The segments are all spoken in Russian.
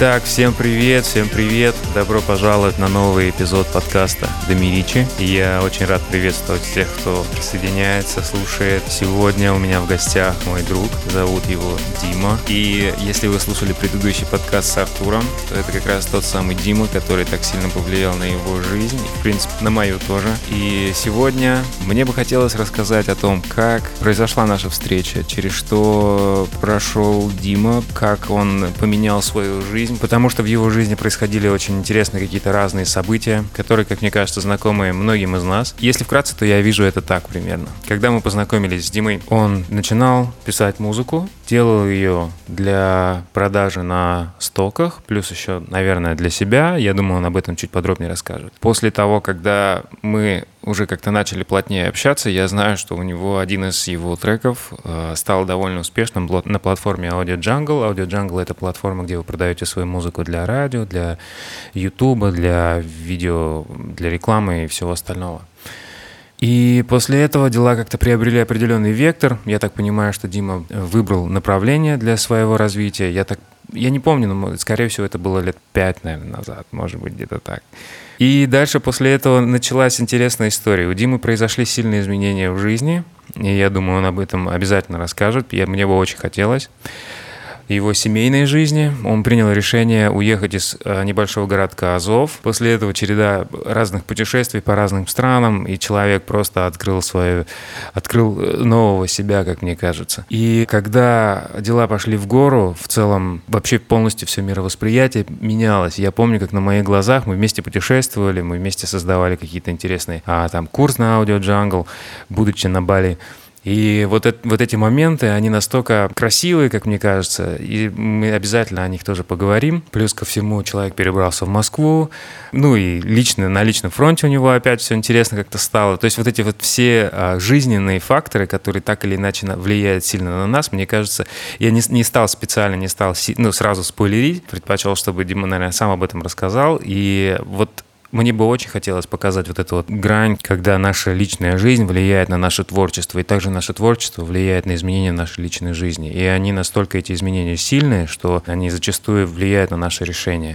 Итак, всем привет, добро пожаловать на новый эпизод подкаста Домиричи. Я очень рад приветствовать всех, кто присоединяется, слушает. Сегодня у меня в гостях мой друг, зовут его Дима. И если вы слушали предыдущий подкаст с Артуром, то это как раз тот самый Дима, который так сильно повлиял на его жизнь, и, в принципе, на мою тоже. И сегодня мне бы хотелось рассказать о том, как произошла наша встреча, через что прошел Дима, как он поменял свою жизнь, потому что в его жизни происходили очень интересные какие-то разные события, которые, как мне кажется, знакомы многим из нас. Если вкратце, то я вижу это так примерно. Когда мы познакомились с Димой, он начинал писать музыку, делал ее для продажи на стоках, плюс еще, наверное, для себя. Я думаю, он об этом чуть подробнее расскажет. После того, когда мы уже как-то начали плотнее общаться, я знаю, что у него один из его треков стал довольно успешным на платформе Audio Jungle. Audio Jungle — это платформа, где вы продаете свою музыку для радио, для Ютуба, для видео, для рекламы и всего остального. И после этого дела как-то приобрели определенный вектор. Я так понимаю, что Дима выбрал направление для своего развития. Я не помню, но, скорее всего, это было лет 5, наверное, назад, может быть, где-то так. И дальше после этого началась интересная история. У Димы произошли сильные изменения в жизни, и я думаю, он об этом обязательно расскажет. Мне бы очень хотелось. Его семейной жизни. Он принял решение уехать из небольшого городка Азов. После этого череда разных путешествий по разным странам, и человек просто открыл нового себя, как мне кажется. И когда дела пошли в гору, в целом вообще полностью все мировосприятие менялось. Я помню, как на моих глазах мы вместе путешествовали, мы вместе создавали какие-то интересные курс на Audio Jungle, будучи на Бали. И вот эти моменты, они настолько красивые, как мне кажется, и мы обязательно о них тоже поговорим. Плюс ко всему человек перебрался в Москву, и на личном фронте у него опять все интересно как-то стало. То есть вот эти все жизненные факторы, которые так или иначе влияют сильно на нас, мне кажется, я не стал сразу спойлерить, предпочел, чтобы Дима, наверное, сам об этом рассказал. И вот мне бы очень хотелось показать вот эту грань, когда наша личная жизнь влияет на наше творчество, и также наше творчество влияет на изменения нашей личной жизни. И они настолько, эти изменения, сильные, что они зачастую влияют на наши решения.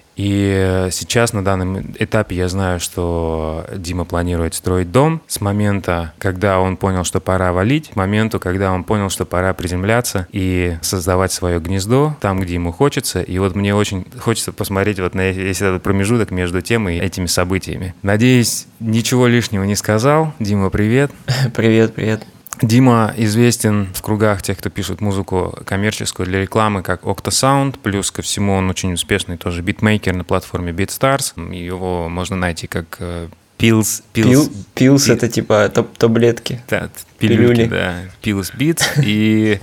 И сейчас, на данном этапе, я знаю, что Дима планирует строить дом с момента, когда он понял, что пора валить, к моменту, когда он понял, что пора приземляться и создавать свое гнездо там, где ему хочется. И вот мне очень хочется посмотреть на весь этот промежуток между тем и этими событиями. Надеюсь, ничего лишнего не сказал. Дима, привет. Привет. Дима известен в кругах тех, кто пишет музыку коммерческую для рекламы, как Octasound. Плюс ко всему он очень успешный тоже битмейкер на платформе BeatStars. Его можно найти как Pills. Pills — это типа таблетки. Да, пилюли, да. Pills Beats. И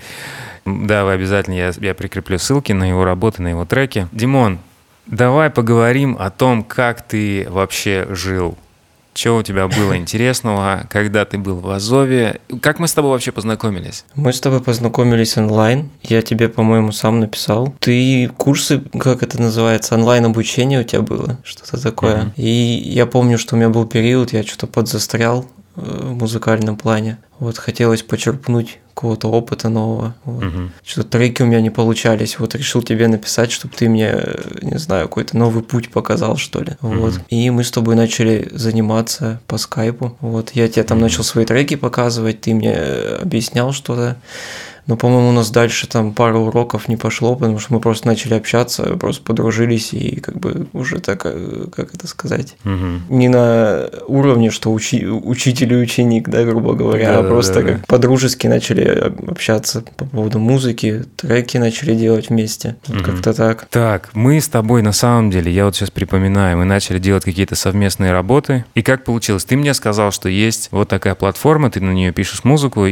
да, вы обязательно, я прикреплю ссылки на его работы, на его треки. Димон, давай поговорим о том, как ты вообще жил. Что у тебя было интересного, когда ты был в Азове? Как мы с тобой вообще познакомились? Мы с тобой познакомились онлайн. Я тебе, по-моему, сам написал. Ты курсы, как это называется, онлайн-обучение у тебя было? Что-то такое. И я помню, что у меня был период, я что-то подзастрял в музыкальном плане. Хотелось почерпнуть какого-то опыта нового. Что-то треки у меня не получались. Решил тебе написать, чтобы ты мне, не знаю, какой-то новый путь показал, что ли. И мы с тобой начали заниматься по скайпу. Я тебе там начал свои треки показывать, ты мне объяснял что-то. Но, по-моему, у нас дальше там пару уроков не пошло, потому что мы просто начали общаться, просто подружились и уже так, как это сказать, не на уровне, что учитель и ученик, да, грубо говоря, просто как по-дружески начали общаться по поводу музыки, треки начали делать вместе, как-то так. Так, мы с тобой на самом деле, я сейчас припоминаю, мы начали делать какие-то совместные работы, и как получилось? Ты мне сказал, что есть вот такая платформа, ты на нее пишешь музыку,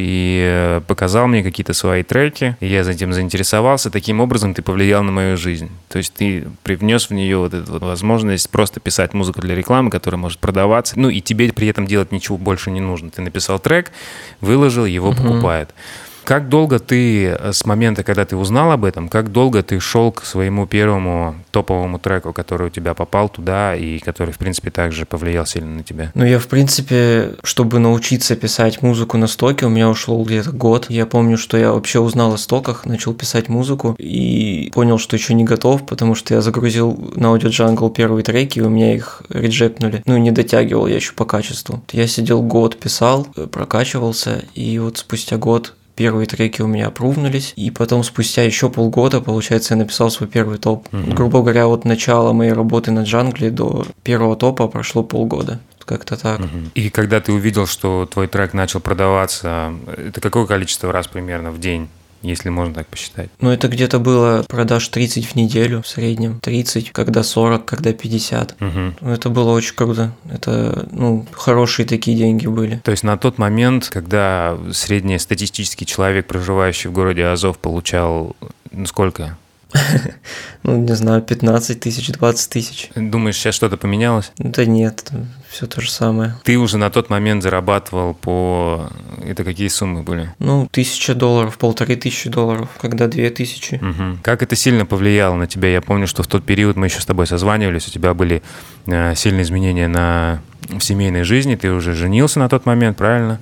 и показал мне какие-то свои треки, и я этим заинтересовался. Таким образом ты повлиял на мою жизнь. То есть ты привнес в нее эту возможность просто писать музыку для рекламы, которая может продаваться, и тебе при этом делать ничего больше не нужно. Ты написал трек, выложил, его покупают. Как долго ты с момента, когда ты узнал об этом, как долго ты шел к своему первому топовому треку, который у тебя попал туда и который, в принципе, также повлиял сильно на тебя? Ну, я, в принципе, чтобы научиться писать музыку на стоке, у меня ушло где-то год. Я помню, что я вообще узнал о стоках, начал писать музыку и понял, что еще не готов, потому что я загрузил на Audio Jungle первые треки, и у меня их реджектнули. Ну, не дотягивал я еще по качеству. Я сидел год, писал, прокачивался, и вот спустя год первые треки у меня опрувнулись, и потом спустя еще полгода, получается, я написал свой первый топ. Грубо говоря, от начала моей работы на Джангле до первого топа прошло полгода. Как-то так. И когда ты увидел, что твой трек начал продаваться, это какое количество раз примерно в день? Если можно так посчитать. Ну, это где-то было продаж 30 в неделю в среднем. 30, когда 40, когда 50. Ну, это было очень круто. Это, хорошие такие деньги были. То есть на тот момент, когда среднестатистический человек, проживающий в городе Азов, получал, сколько? Ну, не знаю, 15 тысяч, 20 тысяч. Думаешь, сейчас что-то поменялось? Да нет, все то же самое. Ты уже на тот момент зарабатывал по... Это какие суммы были? Ну, $1000, $1500, когда 2000. Как это сильно повлияло на тебя? Я помню, что в тот период мы еще с тобой созванивались, у тебя были сильные изменения в семейной жизни, ты уже женился на тот момент, правильно?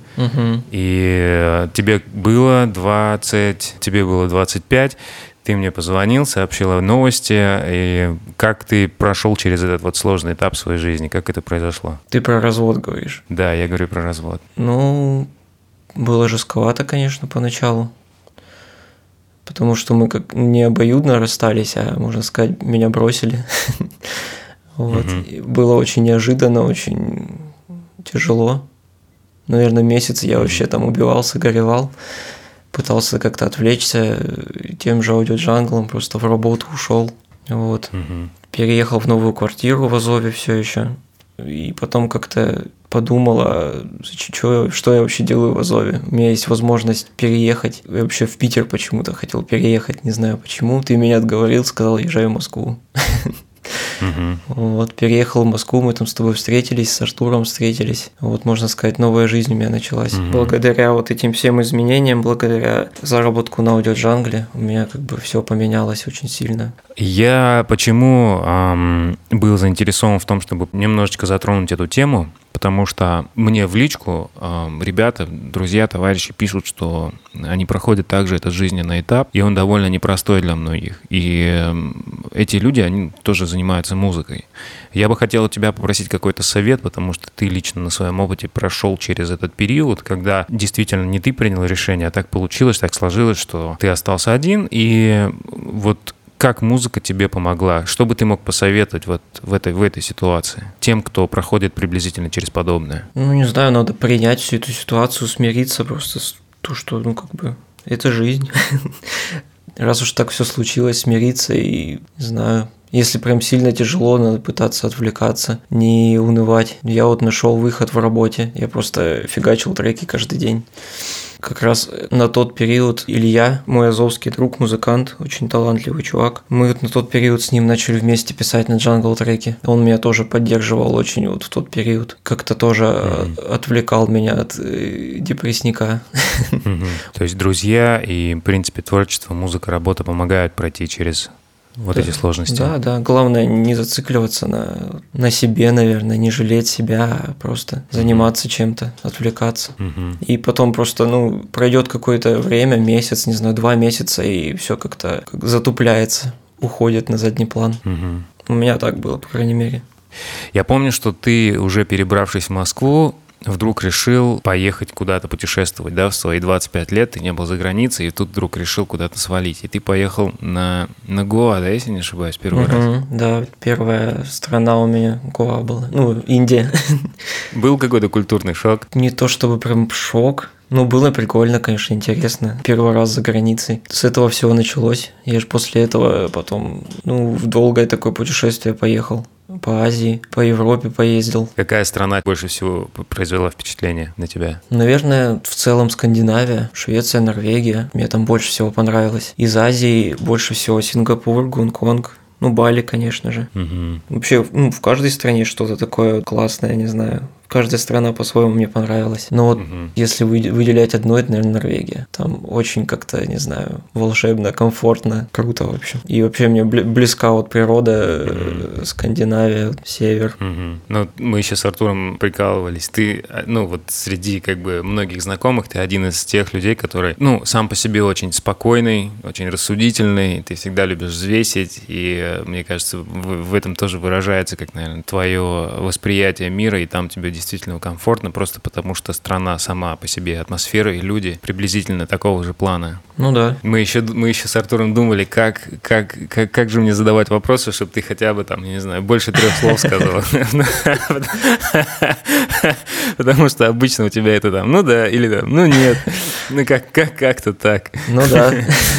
И тебе было 20, тебе было 25, ты мне позвонил, сообщил о новости, и как ты прошел через этот вот сложный этап своей жизни, как это произошло? Ты про развод говоришь? Да, я говорю про развод. Ну, было жестковато, конечно, поначалу, потому что мы как не обоюдно расстались, а, можно сказать, меня бросили. Вот. Было очень неожиданно, очень тяжело. Наверное, месяц я вообще там убивался, горевал. Пытался как-то отвлечься тем же аудиоджанглом, просто в работу ушел. Вот. Переехал в новую квартиру в Азове все еще. И потом как-то подумал, что я вообще делаю в Азове. У меня есть возможность переехать. Я вообще в Питер почему-то хотел переехать, не знаю почему. Ты меня отговорил, сказал, езжай в Москву. Вот, переехал в Москву, мы там с тобой встретились, с Артуром встретились. Вот, можно сказать, новая жизнь у меня началась. Благодаря вот этим всем изменениям, благодаря заработку на аудиоджангле, у меня как бы все поменялось очень сильно. Я почему был заинтересован в том, чтобы немножечко затронуть эту тему, потому что мне в личку ребята, друзья, товарищи пишут, что они проходят также этот жизненный этап, и он довольно непростой для многих. И эти люди, они тоже занимаются музыкой. Я бы хотел у тебя попросить какой-то совет, потому что ты лично на своем опыте прошел через этот период, когда действительно не ты принял решение, а так получилось, так сложилось, что ты остался один, и вот как музыка тебе помогла? Что бы ты мог посоветовать вот в этой ситуации тем, кто проходит приблизительно через подобное? Ну, не знаю, надо принять всю эту ситуацию, смириться просто с то, что, это жизнь. Раз уж так все случилось, смириться и, не знаю, если прям сильно тяжело, надо пытаться отвлекаться, не унывать. Я вот нашел выход в работе, я просто фигачил треки каждый день. Как раз на тот период Илья, мой азовский друг, музыкант, очень талантливый чувак, мы на тот период с ним начали вместе писать на джангл треки. Он меня тоже поддерживал очень вот в тот период. Как-то тоже отвлекал меня от депрессника. То есть друзья и, в принципе, творчество, музыка, работа помогают пройти через эти сложности. Да. Главное не зацикливаться на себе, наверное, не жалеть себя, а просто заниматься чем-то, отвлекаться. И потом просто, пройдет какое-то время, месяц, не знаю, 2 месяца, и все как-то затупляется, уходит на задний план. У меня так было, по крайней мере. Я помню, что ты, уже перебравшись в Москву, вдруг решил поехать куда-то путешествовать, да, в свои 25 лет, ты не был за границей, и тут вдруг решил куда-то свалить. И ты поехал на Гоа, да, если не ошибаюсь, первый раз? Да, первая страна у меня Гоа была, Индия. Был какой-то культурный шок? Не то чтобы прям шок, было прикольно, конечно, интересно. Первый раз за границей. С этого всего началось. Я же после этого потом, в долгое такое путешествие поехал. По Азии, по Европе поездил. Какая страна больше всего произвела впечатление на тебя? Наверное, в целом Скандинавия, Швеция, Норвегия. Мне там больше всего понравилось. Из Азии больше всего Сингапур, Гонконг. Бали, конечно же. Вообще, в каждой стране что-то такое классное, не знаю. каждая страна по-своему мне понравилась. Но вот если выделять одно, это, наверное, Норвегия. Там очень как-то, не знаю, волшебно, комфортно, круто, в общем. И вообще мне близка вот природа, Скандинавия, север. Ну, мы еще с Артуром прикалывались. Ты, ну, вот среди как бы многих знакомых, ты один из тех людей, который, ну, сам по себе очень спокойный, очень рассудительный, ты всегда любишь взвесить, и мне кажется, в этом тоже выражается, как, наверное, твое восприятие мира, и там тебе действительно комфортно, просто потому что страна сама по себе, атмосфера и люди приблизительно такого же плана. Ну да. Мы еще с Артуром думали, как же мне задавать вопросы, чтобы ты хотя бы там, я не знаю, больше 3 слов сказал. Потому что обычно у тебя это там, ну да, или там, ну нет, ну как-то так. Ну да.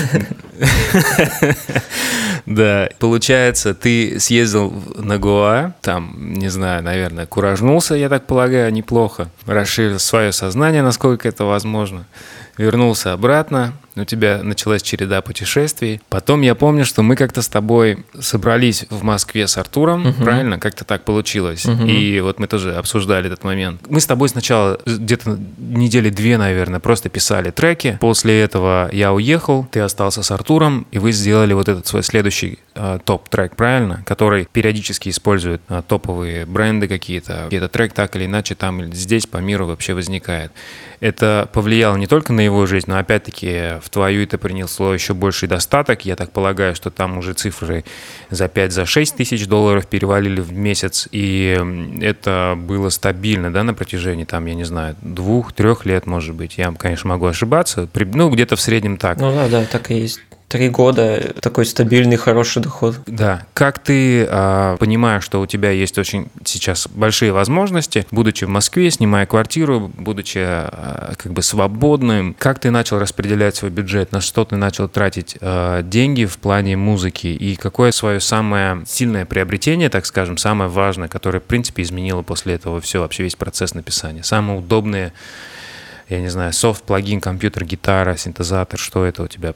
Да, получается, ты съездил на Гоа, там, не знаю, наверное, куражнулся, я так полагаю, неплохо, расширил свое сознание, насколько это возможно, вернулся обратно, у тебя началась череда путешествий. Потом я помню, что мы как-то с тобой собрались в Москве с Артуром, правильно? Как-то так получилось. И вот мы тоже обсуждали этот момент. Мы с тобой сначала где-то недели 2, наверное, просто писали треки. После этого я уехал, ты остался с Артуром, и вы сделали вот этот свой следующий топ-трек, правильно? Который периодически использует топовые бренды какие-то. И этот трек так или иначе там или здесь по миру вообще возникает. Это повлияло не только на его жизнь, но опять-таки в твою это принесло еще больший достаток. Я так полагаю, что там уже цифры за 5-6 тысяч долларов перевалили в месяц, и это было стабильно, да, на протяжении, там, я не знаю, 2-3 лет, может быть. Я, конечно, могу ошибаться, ну, где-то в среднем так. Ну да, так и есть. 3 года такой стабильный, хороший доход. Да. Как ты, понимая, что у тебя есть очень сейчас большие возможности, будучи в Москве, снимая квартиру, будучи как бы свободным, как ты начал распределять свой бюджет, на что ты начал тратить деньги в плане музыки, и какое свое самое сильное приобретение, так скажем, самое важное, которое, в принципе, изменило после этого все, вообще весь процесс написания? Самое удобное, я не знаю, софт, плагин, компьютер, гитара, синтезатор, что это у тебя?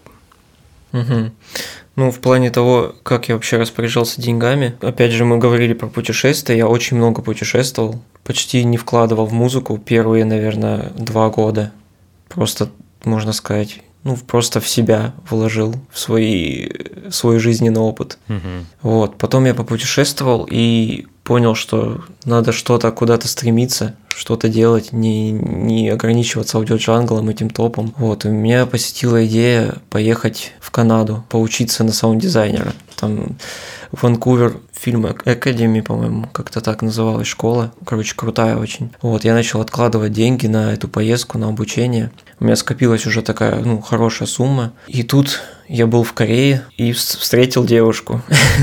Ну, в плане того, как я вообще распоряжался деньгами, опять же, мы говорили про путешествия, я очень много путешествовал, почти не вкладывал в музыку первые, наверное, 2 года. Просто, можно сказать, ну, просто в себя вложил, в свой жизненный опыт. Вот. Потом я попутешествовал и понял, что надо что-то куда-то стремиться, что-то делать, не ограничиваться аудиоджанглом, этим топом. Вот. И меня посетила идея поехать в Канаду, поучиться на саунд-дизайнера. Там Ванкувер Film Academy, по-моему, как-то так называлась школа. Короче, крутая очень. Вот, я начал откладывать деньги на эту поездку, на обучение. У меня скопилась уже такая, ну, хорошая сумма. И тут я был в Корее и встретил девушку.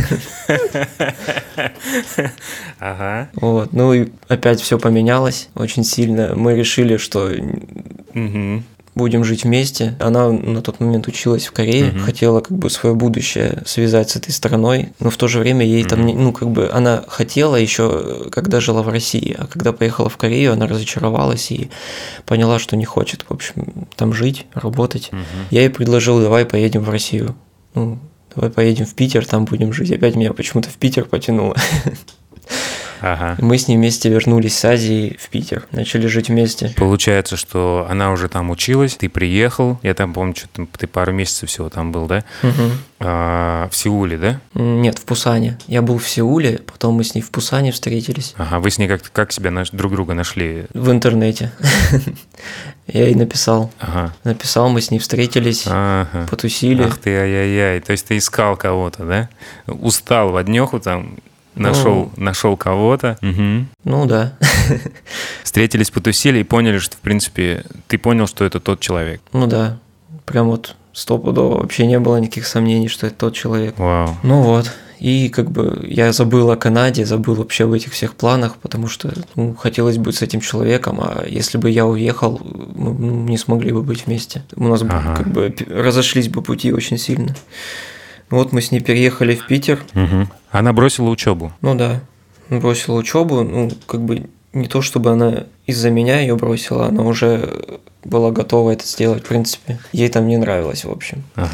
Ага. Вот, ну и опять все поменялось очень сильно. Мы решили, что будем жить вместе. Она на тот момент училась в Корее, хотела как бы свое будущее связать с этой страной, но в то же время ей там, ну как бы она хотела еще, когда жила в России, а когда поехала в Корею, она разочаровалась и поняла, что не хочет, в общем, там жить, работать. Я ей предложил, давай поедем в Россию. Ну, давай поедем в Питер, там будем жить. Опять меня почему-то в Питер потянуло. Ага. Мы с ней вместе вернулись с Азии в Питер, начали жить вместе. Получается, что она уже там училась, ты приехал, я там помню, что ты пару месяцев всего там был, да? В Сеуле, да? Нет, в Пусане. Я был в Сеуле, потом мы с ней в Пусане встретились. Ага, вы с ней как себя друг друга нашли? В интернете. Я ей написал. Ага. Написал, мы с ней встретились, потусили. Ах ты, ай-яй-яй, то есть ты искал кого-то, да? Устал в днёху там, нашел кого-то. Ну да. Встретились, потусили и поняли, что, в принципе, ты понял, что это тот человек. Ну да, прям вот стопудово вообще не было никаких сомнений, что это тот человек. Вау. Ну вот. И как бы я забыл о Канаде, забыл вообще об этих всех планах, потому что хотелось быть с этим человеком, а если бы я уехал, мы не смогли бы быть вместе. У нас как бы разошлись бы пути очень сильно. Вот мы с ней переехали в Питер. Она бросила учебу. Ну да, бросила учебу. Ну, как бы не то, чтобы она из-за меня ее бросила, она уже была готова это сделать, в принципе. Ей там не нравилось, в общем.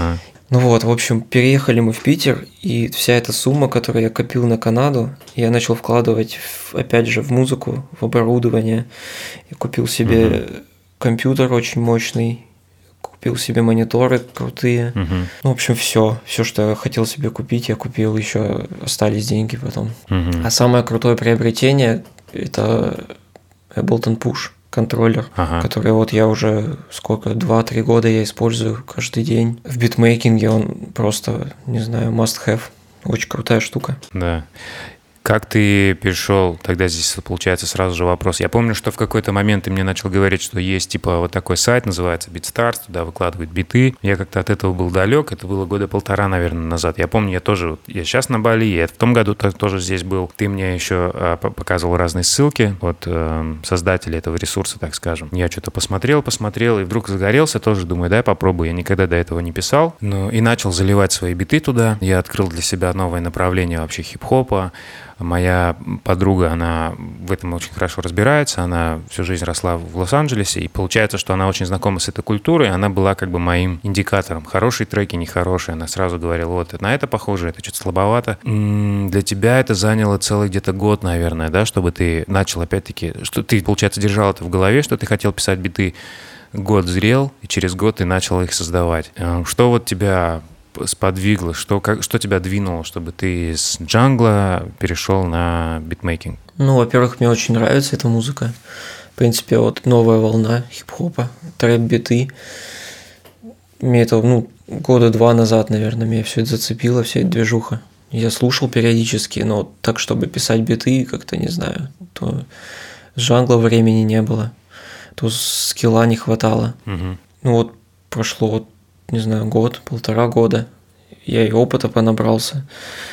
Ну вот, в общем, переехали мы в Питер, и вся эта сумма, которую я копил на Канаду, я начал вкладывать, опять же, в музыку, в оборудование. Я купил себе компьютер очень мощный, купил себе мониторы крутые. Ну, в общем, все, что я хотел себе купить, я купил, еще остались деньги потом. А самое крутое приобретение – это Ableton Push контроллер, который вот я уже 2-3 года я использую каждый день. В битмейкинге он просто, не знаю, must have. Очень крутая штука. Да. Как ты перешел, тогда здесь получается сразу же вопрос. Я помню, что в какой-то момент ты мне начал говорить, что есть типа вот такой сайт, называется BeatStars, туда выкладывают биты. Я как-то от этого был далек, это было 1.5 года, наверное, назад. Я помню, я сейчас на Бали, я в том году тоже здесь был. Ты мне еще показывал разные ссылки от создателей этого ресурса, так скажем. Я что-то посмотрел, и вдруг загорелся, тоже думаю, дай попробую. Я никогда до этого не писал. Ну, и начал заливать свои биты туда. Я открыл для себя новое направление вообще хип-хопа. Моя подруга, она в этом очень хорошо разбирается, она всю жизнь росла в Лос-Анджелесе, и получается, что она очень знакома с этой культурой, она была как бы моим индикатором. Хорошие треки, нехорошие, она сразу говорила, вот на это похоже, это что-то слабовато. Для тебя это заняло целый где-то год, наверное, да, чтобы ты начал опять-таки, что ты, получается, держал это в голове, что ты хотел писать биты, год зрел, и через год ты начал их создавать. Что вот тебя сподвигло, что тебя двинуло, чтобы ты с джангла перешел на битмейкинг? Ну, во-первых, мне очень нравится эта музыка. В принципе, вот новая волна хип-хопа, трэп-биты. Мне это, 2 года назад, наверное, меня все это зацепило, вся эта движуха. Я слушал периодически, но так, чтобы писать биты, как-то, не знаю, то с джангла времени не было, то скилла не хватало. Ну вот прошло, не знаю, 1.5 года, я и опыта понабрался,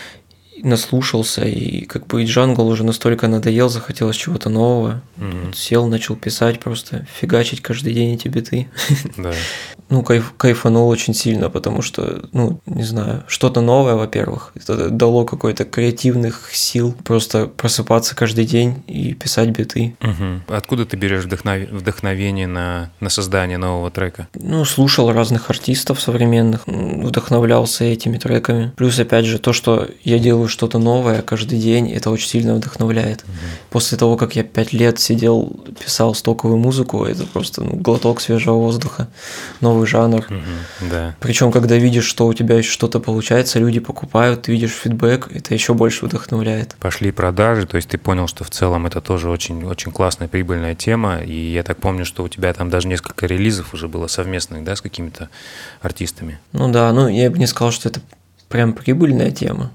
наслушался, и как бы и джангл уже настолько надоел, захотелось чего-то нового. Вот сел, начал писать, просто фигачить каждый день эти биты. Да. Кайфанул очень сильно, потому что, не знаю, что-то новое, во-первых, это дало какой-то креативных сил просто просыпаться каждый день и писать биты. Откуда ты берешь вдохновение на создание нового трека? Слушал разных артистов современных, вдохновлялся этими треками. Плюс, опять же, то, что я делаю что-то новое каждый день, это очень сильно вдохновляет. После того, как я 5 лет сидел, писал стоковую музыку, это просто глоток свежего воздуха, новый жанр. Да. Причем, когда видишь, что у тебя еще что-то получается, люди покупают, ты видишь фидбэк, это еще больше вдохновляет. Пошли продажи, то есть ты понял, что в целом это тоже очень, очень классная, прибыльная тема, и я так помню, что у тебя там даже несколько релизов уже было совместных, да, с какими-то артистами. Я бы не сказал, что это прям прибыльная тема,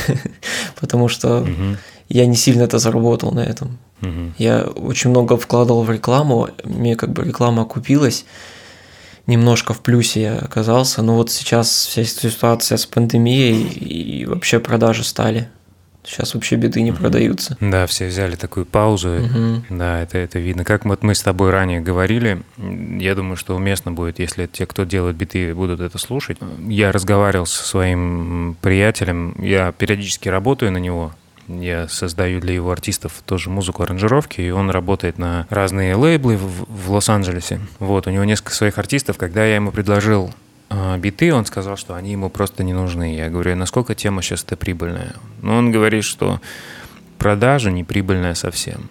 потому что я не сильно-то заработал на этом. Я очень много вкладывал в рекламу, мне как бы реклама окупилась, немножко в плюсе я оказался, но вот сейчас вся ситуация с пандемией и вообще продажи стали. Сейчас вообще биты не продаются. Да, все взяли такую паузу. Да, это видно. Как мы с тобой ранее говорили, я думаю, что уместно будет, если те, кто делает биты, будут это слушать. Я разговаривал со своим приятелем, я периодически работаю на него. Я создаю для его артистов тоже музыку, аранжировки, и он работает на разные лейблы в Лос-Анджелесе. Вот, у него несколько своих артистов. Когда я ему предложил биты, он сказал, что они ему просто не нужны. Я говорю, насколько тема сейчас-то прибыльная? Но он говорит, что продажа не прибыльная совсем.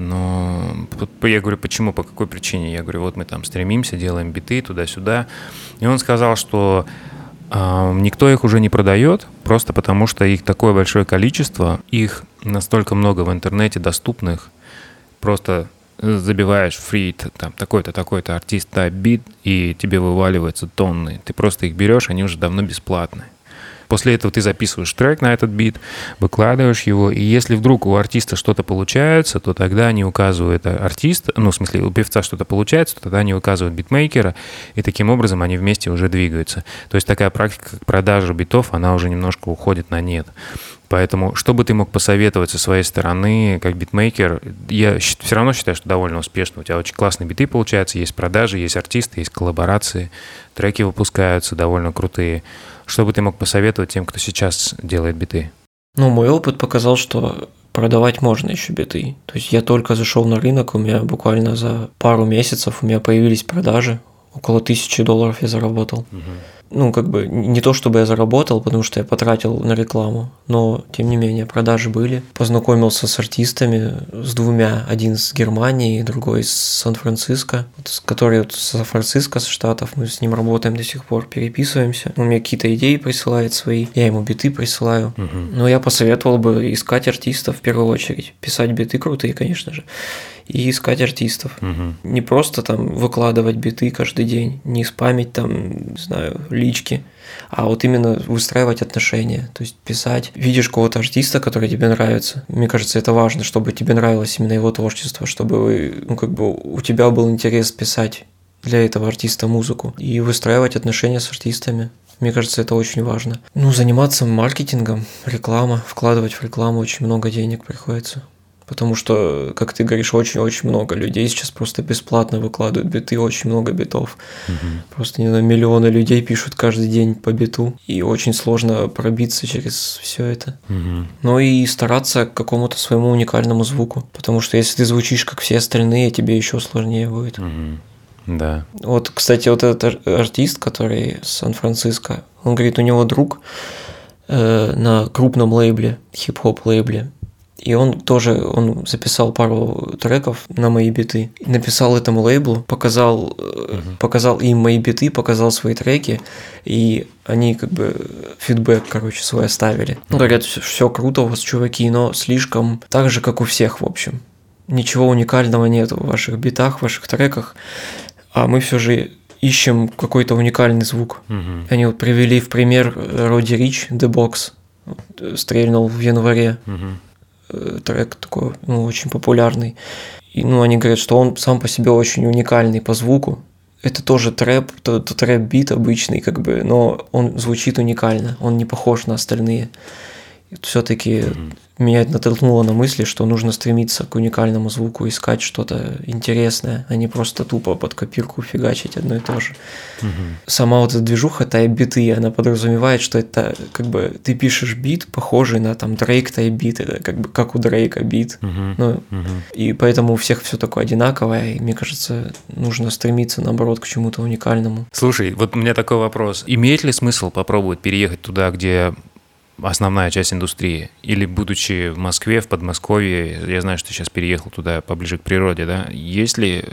Но я говорю, почему, по какой причине? Я говорю, вот мы там стремимся, делаем биты туда-сюда. И он сказал, что никто их уже не продает, просто потому что их такое большое количество, их настолько много в интернете доступных, просто забиваешь free, там такой-то артист, бит, и тебе вываливаются тонны. Ты просто их берешь, они уже давно бесплатные. После этого ты записываешь трек на этот бит, выкладываешь его, и если вдруг у артиста что-то получается, то тогда они указывают артиста, в смысле у певца что-то получается, то тогда они указывают битмейкера, и таким образом они вместе уже двигаются. То есть такая практика, как продажа битов, она уже немножко уходит на нет. Поэтому, что бы ты мог посоветовать со своей стороны, как битмейкер, я все равно считаю, что довольно успешно. У тебя очень классные биты получаются, есть продажи, есть артисты, есть коллаборации, треки выпускаются довольно крутые. Что бы ты мог посоветовать тем, кто сейчас делает биты? Мой опыт показал, что продавать можно еще биты. То есть я только зашел на рынок, у меня буквально за пару месяцев у меня появились продажи. Около $1000 я заработал. Ну, как бы не то, чтобы я заработал, потому что я потратил на рекламу, но, тем не менее, продажи были. Познакомился с артистами, с двумя. Один с Германии, другой из Сан-Франциско. Который вот с Сан-Франциско, с Штатов, мы с ним работаем до сих пор, переписываемся. Он мне какие-то идеи присылает свои, я ему биты присылаю. Но я посоветовал бы искать артистов в первую очередь. Писать биты крутые, конечно же. И искать артистов. Не просто там выкладывать биты каждый день, не спамить там, не знаю, лички, а вот именно выстраивать отношения, то есть писать. Видишь какого-то артиста, который тебе нравится. Мне кажется, это важно, чтобы тебе нравилось именно его творчество, чтобы, ну, как бы у тебя был интерес писать для этого артиста музыку и выстраивать отношения с артистами. Мне кажется, это очень важно. Ну, заниматься маркетингом, реклама, вкладывать в рекламу очень много денег приходится. Потому что, как ты говоришь, очень-очень много людей сейчас просто бесплатно выкладывают биты, очень много битов. Просто, не знаю, миллионы людей пишут каждый день по биту, и очень сложно пробиться через все это. Но и стараться к какому-то своему уникальному звуку, потому что если ты звучишь как все остальные, тебе еще сложнее будет. Да. Вот, кстати, вот этот артист, который с Сан-Франциско, он говорит, у него друг на крупном лейбле, хип-хоп лейбле, и он записал пару треков на мои биты, написал этому лейблу, показал им мои биты, показал свои треки, и они как бы фидбэк, свой оставили. Ну, говорят, все круто у вас, чуваки, но слишком так же, как у всех, в общем. Ничего уникального нет в ваших битах, в ваших треках, а мы все же ищем какой-то уникальный звук. Они вот привели в пример Roddy Ricch The Box, стрельнул в январе. Трек такой, очень популярный. И, они говорят, что он сам по себе очень уникальный по звуку. Это тоже трэп-бит обычный, как бы, но он звучит уникально, он не похож на остальные. Все-таки меня это натолкнуло на мысли, что нужно стремиться к уникальному звуку, искать что-то интересное, а не просто тупо под копирку фигачить одно и то же. Сама вот эта движуха type-биты, она подразумевает, что это как бы ты пишешь бит, похожий на там Drake type-бит, это как бы как у Дрейка бит. И поэтому у всех все такое одинаковое, и мне кажется, нужно стремиться наоборот к чему-то уникальному. Слушай, вот у меня такой вопрос. Имеет ли смысл попробовать переехать туда, где основная часть индустрии? Или, будучи в Москве, в Подмосковье, я знаю, что ты сейчас переехал туда поближе к природе, да? Есть ли,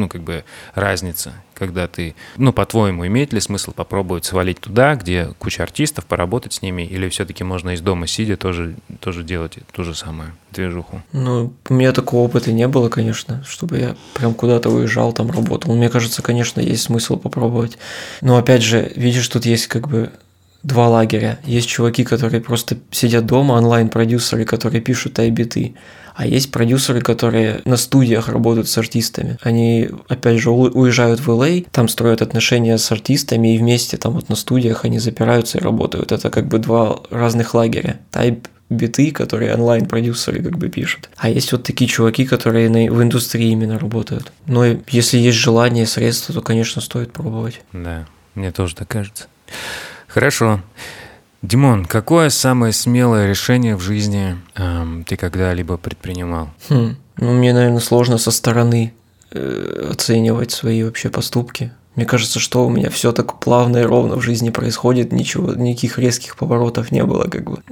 разница, когда ты, по-твоему, имеет ли смысл попробовать свалить туда, где куча артистов, поработать с ними, или все-таки можно из дома сидя тоже делать ту же самую движуху? У меня такого опыта не было, конечно, чтобы я прям куда-то уезжал, там работал. Мне кажется, конечно, есть смысл попробовать. Но опять же, видишь, тут есть как бы два лагеря. Есть чуваки, которые просто сидят дома, онлайн-продюсеры, которые пишут type-биты. А есть продюсеры, которые на студиях работают с артистами. Они, опять же, уезжают в LA, там строят отношения с артистами, и вместе там вот на студиях они запираются и работают. Это как бы два разных лагеря. Type-биты, которые онлайн-продюсеры как бы пишут. А есть вот такие чуваки, которые в индустрии именно работают. Но если есть желание, средства, то, конечно, стоит пробовать. Да, мне тоже так кажется. Хорошо. Димон, какое самое смелое решение в жизни ты когда-либо предпринимал? Мне, наверное, сложно со стороны оценивать свои вообще поступки. Мне кажется, что у меня все так плавно и ровно в жизни происходит, никаких резких поворотов не было, как бы.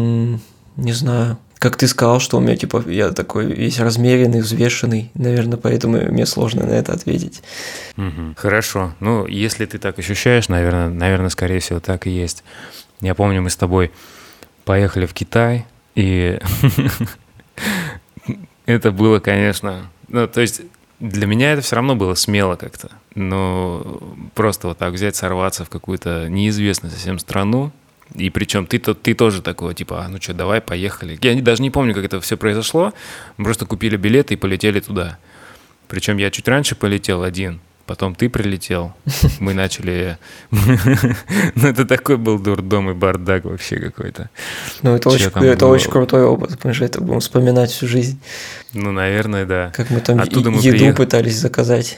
Не знаю. Как ты сказал, что у меня, я такой весь размеренный, взвешенный, наверное, поэтому мне сложно на это ответить. Хорошо. Если ты так ощущаешь, наверное, скорее всего, так и есть. Я помню, мы с тобой поехали в Китай, и это было, конечно... то есть для меня это все равно было смело как-то. Но просто вот так взять, сорваться в какую-то неизвестную совсем страну, и причем ты тоже такой, давай, поехали. Я даже не помню, как это все произошло. Мы просто купили билеты и полетели туда. Причем я чуть раньше полетел один, потом ты прилетел. Мы начали... это такой был дурдом и бардак вообще какой-то. Это очень крутой опыт, потому что это будем вспоминать всю жизнь. Наверное, да. Как мы там еду пытались заказать.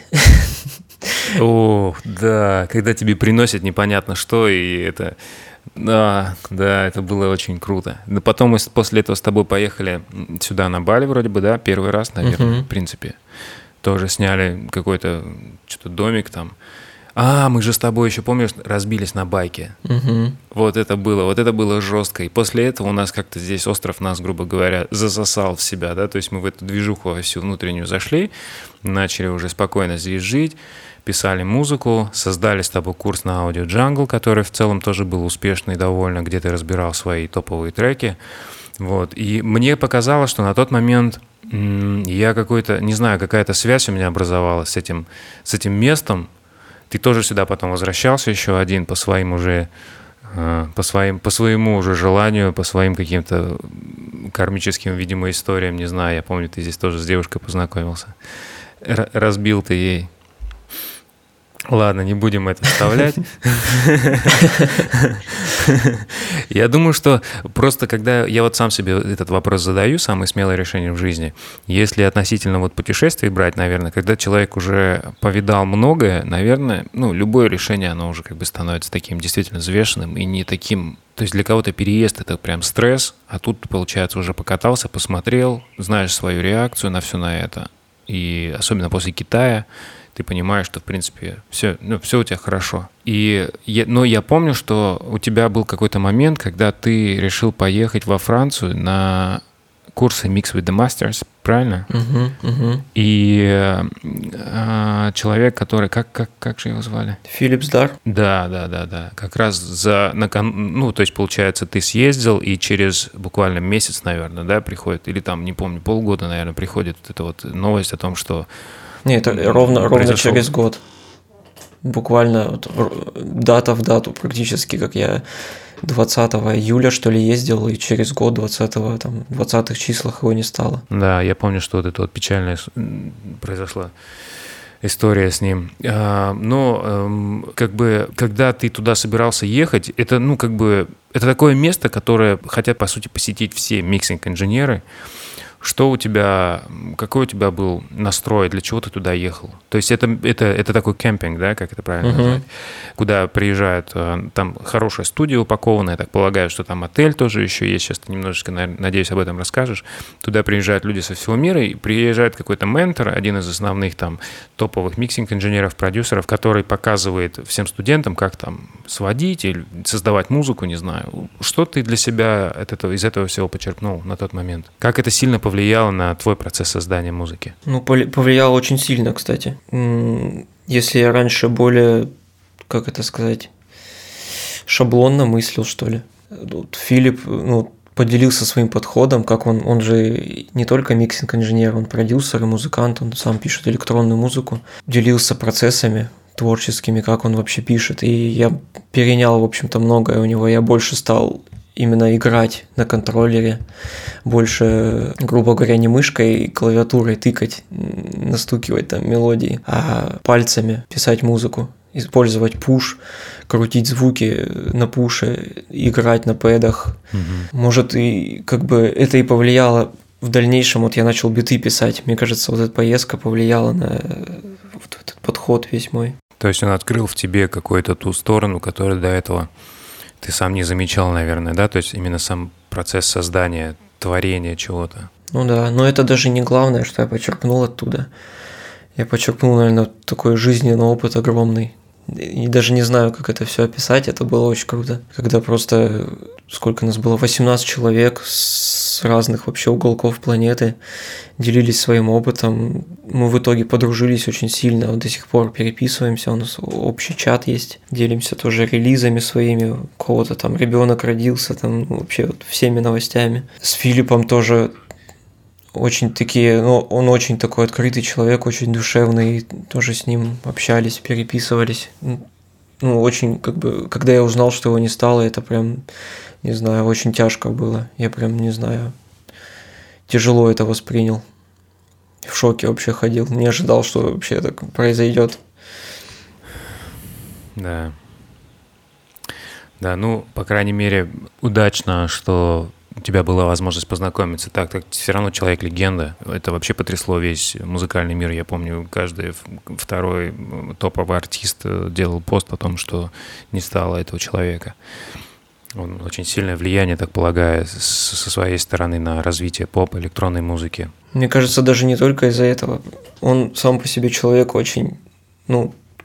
О, да, когда тебе приносят непонятно что, и это... Да, это было очень круто. Но потом мы после этого с тобой поехали сюда, на Бали, вроде бы, да, первый раз, наверное, в принципе. Тоже сняли какой-то что-то домик там. Мы же с тобой еще, помнишь, разбились на байке. Вот это было жестко. И после этого у нас как-то здесь остров нас, грубо говоря, засосал в себя, да, то есть мы в эту движуху во всю внутреннюю зашли, начали уже спокойно здесь жить, писали музыку, создали с тобой курс на Audio Jungle, который в целом тоже был успешный довольно, где ты разбирал свои топовые треки. Вот. И мне показалось, что на тот момент я какой-то, не знаю, какая-то связь у меня образовалась с этим местом. Ты тоже сюда потом возвращался еще один по своим уже, по своему уже желанию, по своим каким-то кармическим, видимо, историям, не знаю. Я помню, ты здесь тоже с девушкой познакомился. Разбил ты ей. Ладно, не будем это вставлять. Я думаю, что просто когда я вот сам себе этот вопрос задаю, самое смелое решение в жизни, если относительно вот путешествий брать, наверное, когда человек уже повидал многое, наверное, любое решение, оно уже как бы становится таким действительно взвешенным и не таким. То есть для кого-то переезд — это прям стресс, а тут, получается, уже покатался, посмотрел, знаешь свою реакцию на все на это. И особенно после Китая ты понимаешь, что, в принципе, все у тебя хорошо. Но я помню, что у тебя был какой-то момент, когда ты решил поехать во Францию на курсы Mix with the Masters, правильно? И человек, который... Как же его звали? Филипп Здар. Да. Как раз то есть, получается, ты съездил, и через буквально месяц, наверное, да, приходит, или там, не помню, полгода, наверное, приходит вот эта вот новость о том, что... Нет, это ровно через год. Буквально вот, дата в дату практически, как я 20 июля, что ли, ездил, и через год, 20-х числах его не стало. Да, я помню, что вот эта вот печальная произошла история с ним. Как бы, когда ты туда собирался ехать, это, это такое место, которое хотят, по сути, посетить все миксинг-инженеры. Какой у тебя был настрой, для чего ты туда ехал? То есть это такой кемпинг, да, как это правильно назвать? Куда приезжают, там хорошая студия упакованная, я так полагаю, что там отель тоже еще есть, сейчас ты немножечко, надеюсь, об этом расскажешь. Туда приезжают люди со всего мира, и приезжает какой-то ментор, один из основных там топовых миксинг-инженеров, продюсеров, который показывает всем студентам, как там сводить или создавать музыку, не знаю. Что ты для себя из этого всего почерпнул на тот момент? Как это сильно повлияло на твой процесс создания музыки? Повлияло очень сильно, кстати. Если я раньше более, как это сказать, шаблонно мыслил, что ли. Филипп, поделился своим подходом, как он же не только миксинг-инженер, он продюсер и музыкант, он сам пишет электронную музыку, делился процессами творческими, как он вообще пишет, и я перенял, в общем-то, многое у него, я больше стал именно играть на контроллере, больше, грубо говоря, не мышкой и клавиатурой тыкать, настукивать там мелодии, а пальцами писать музыку, использовать пуш, крутить звуки на пуше, играть на пэдах. Может, и как бы это и повлияло в дальнейшем, вот я начал биты писать. Мне кажется, вот эта поездка повлияла на вот этот подход весь мой. То есть он открыл в тебе какую-то ту сторону, которую до этого ты сам не замечал, наверное, да? То есть именно сам процесс создания, творения чего-то. Ну да, но это даже не главное, что я почерпнул оттуда. Я почерпнул, наверное, такой жизненный опыт огромный. И даже не знаю, как это все описать, это было очень круто. Когда просто, сколько нас было, 18 человек с разных вообще уголков планеты делились своим опытом. Мы в итоге подружились очень сильно, до сих пор переписываемся, у нас общий чат есть, делимся тоже релизами своими, у кого-то там ребенок родился, там вообще вот всеми новостями. С Филиппом тоже очень он очень такой открытый человек, очень душевный, тоже с ним общались, переписывались. Очень, как бы, когда я узнал, что его не стало, это прям, не знаю, очень тяжко было. Я прям, не знаю, тяжело это воспринял. В шоке вообще ходил, не ожидал, что вообще так произойдет. Да. Да, по крайней мере, удачно, что у тебя была возможность познакомиться. Так все равно человек-легенда. Это вообще потрясло весь музыкальный мир. Я помню, каждый второй топовый артист делал пост о том, что не стало этого человека. Он очень сильное влияние, так полагаю, со своей стороны на развитие поп, электронной музыки. Мне кажется, даже не только из-за этого. Он сам по себе человек очень,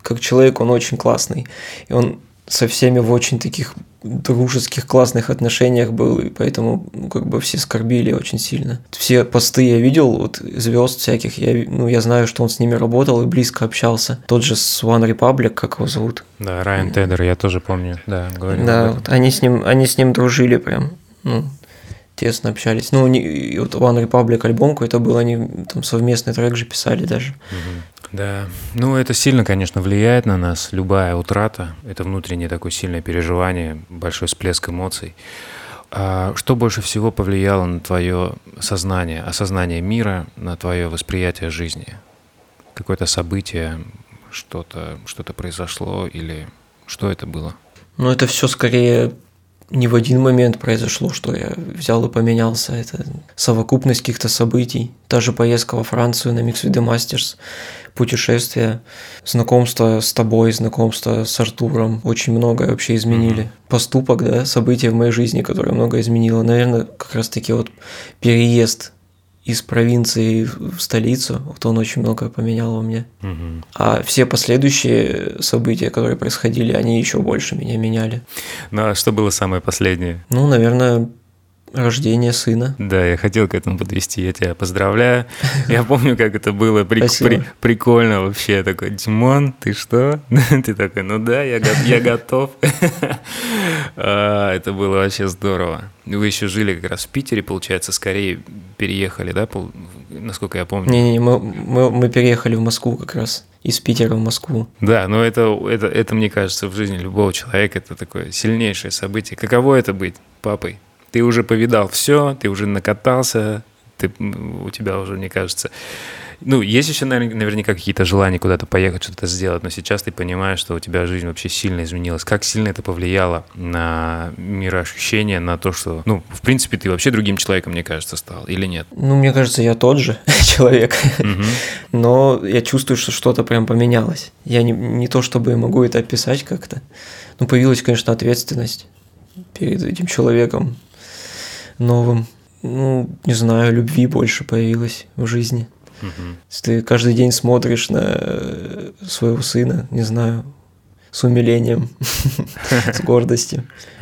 как человек он очень классный. И он со всеми в очень таких дружеских, классных отношениях был, и поэтому как бы все скорбили очень сильно. Все посты я видел, вот звезд всяких, я знаю, что он с ними работал и близко общался. Тот же с One Republic, как его зовут? Да, Райан Тедер, я тоже помню, да, говорил. Да, вот они с ним дружили прям, тесно общались. И вот One Republic альбом какой-то был, они там совместный трек же писали даже. Да, это сильно, конечно, влияет на нас. Любая утрата – это внутреннее такое сильное переживание, большой всплеск эмоций. А что больше всего повлияло на твое осознание мира, на твое восприятие жизни? Какое-то событие, что-то произошло или что это было? Это все скорее не в один момент произошло, что я взял и поменялся. Это совокупность каких-то событий. Та же поездка во Францию на Mix with the Masters, путешествия, знакомство с тобой, знакомство с Артуром. Очень многое вообще изменили. Поступок, да, события в моей жизни, которое много изменило. Наверное, как раз-таки вот переезд из провинции в столицу, вот он очень многое поменял во мне. А все последующие события, которые происходили, они еще больше меня меняли. А что было самое последнее? Наверное, рождение сына. Да, я хотел к этому подвести, я тебя поздравляю. Я помню, как это было прикольно вообще. Я такой: Димон, ты что? Ты такой: да, я готов. Это было вообще здорово. Вы еще жили как раз в Питере, получается, скорее переехали, да, насколько я помню? Не, мы переехали в Москву как раз. Из Питера в Москву. Да, но это, мне кажется, в жизни любого человека это такое сильнейшее событие. Каково это быть папой? Ты уже повидал все, ты уже накатался, у тебя уже, мне кажется... есть еще наверняка какие-то желания куда-то поехать, что-то сделать, но сейчас ты понимаешь, что у тебя жизнь вообще сильно изменилась. Как сильно это повлияло на мироощущение, на то, что... в принципе, ты вообще другим человеком, мне кажется, стал, или нет? Мне кажется, я тот же человек, но я чувствую, что что-то прям поменялось. Я не то чтобы могу это описать как-то. Появилась, конечно, ответственность перед этим человеком новым. Не знаю, любви больше появилось в жизни. Если ты каждый день смотришь на своего сына, не знаю, с умилением, с гордостью.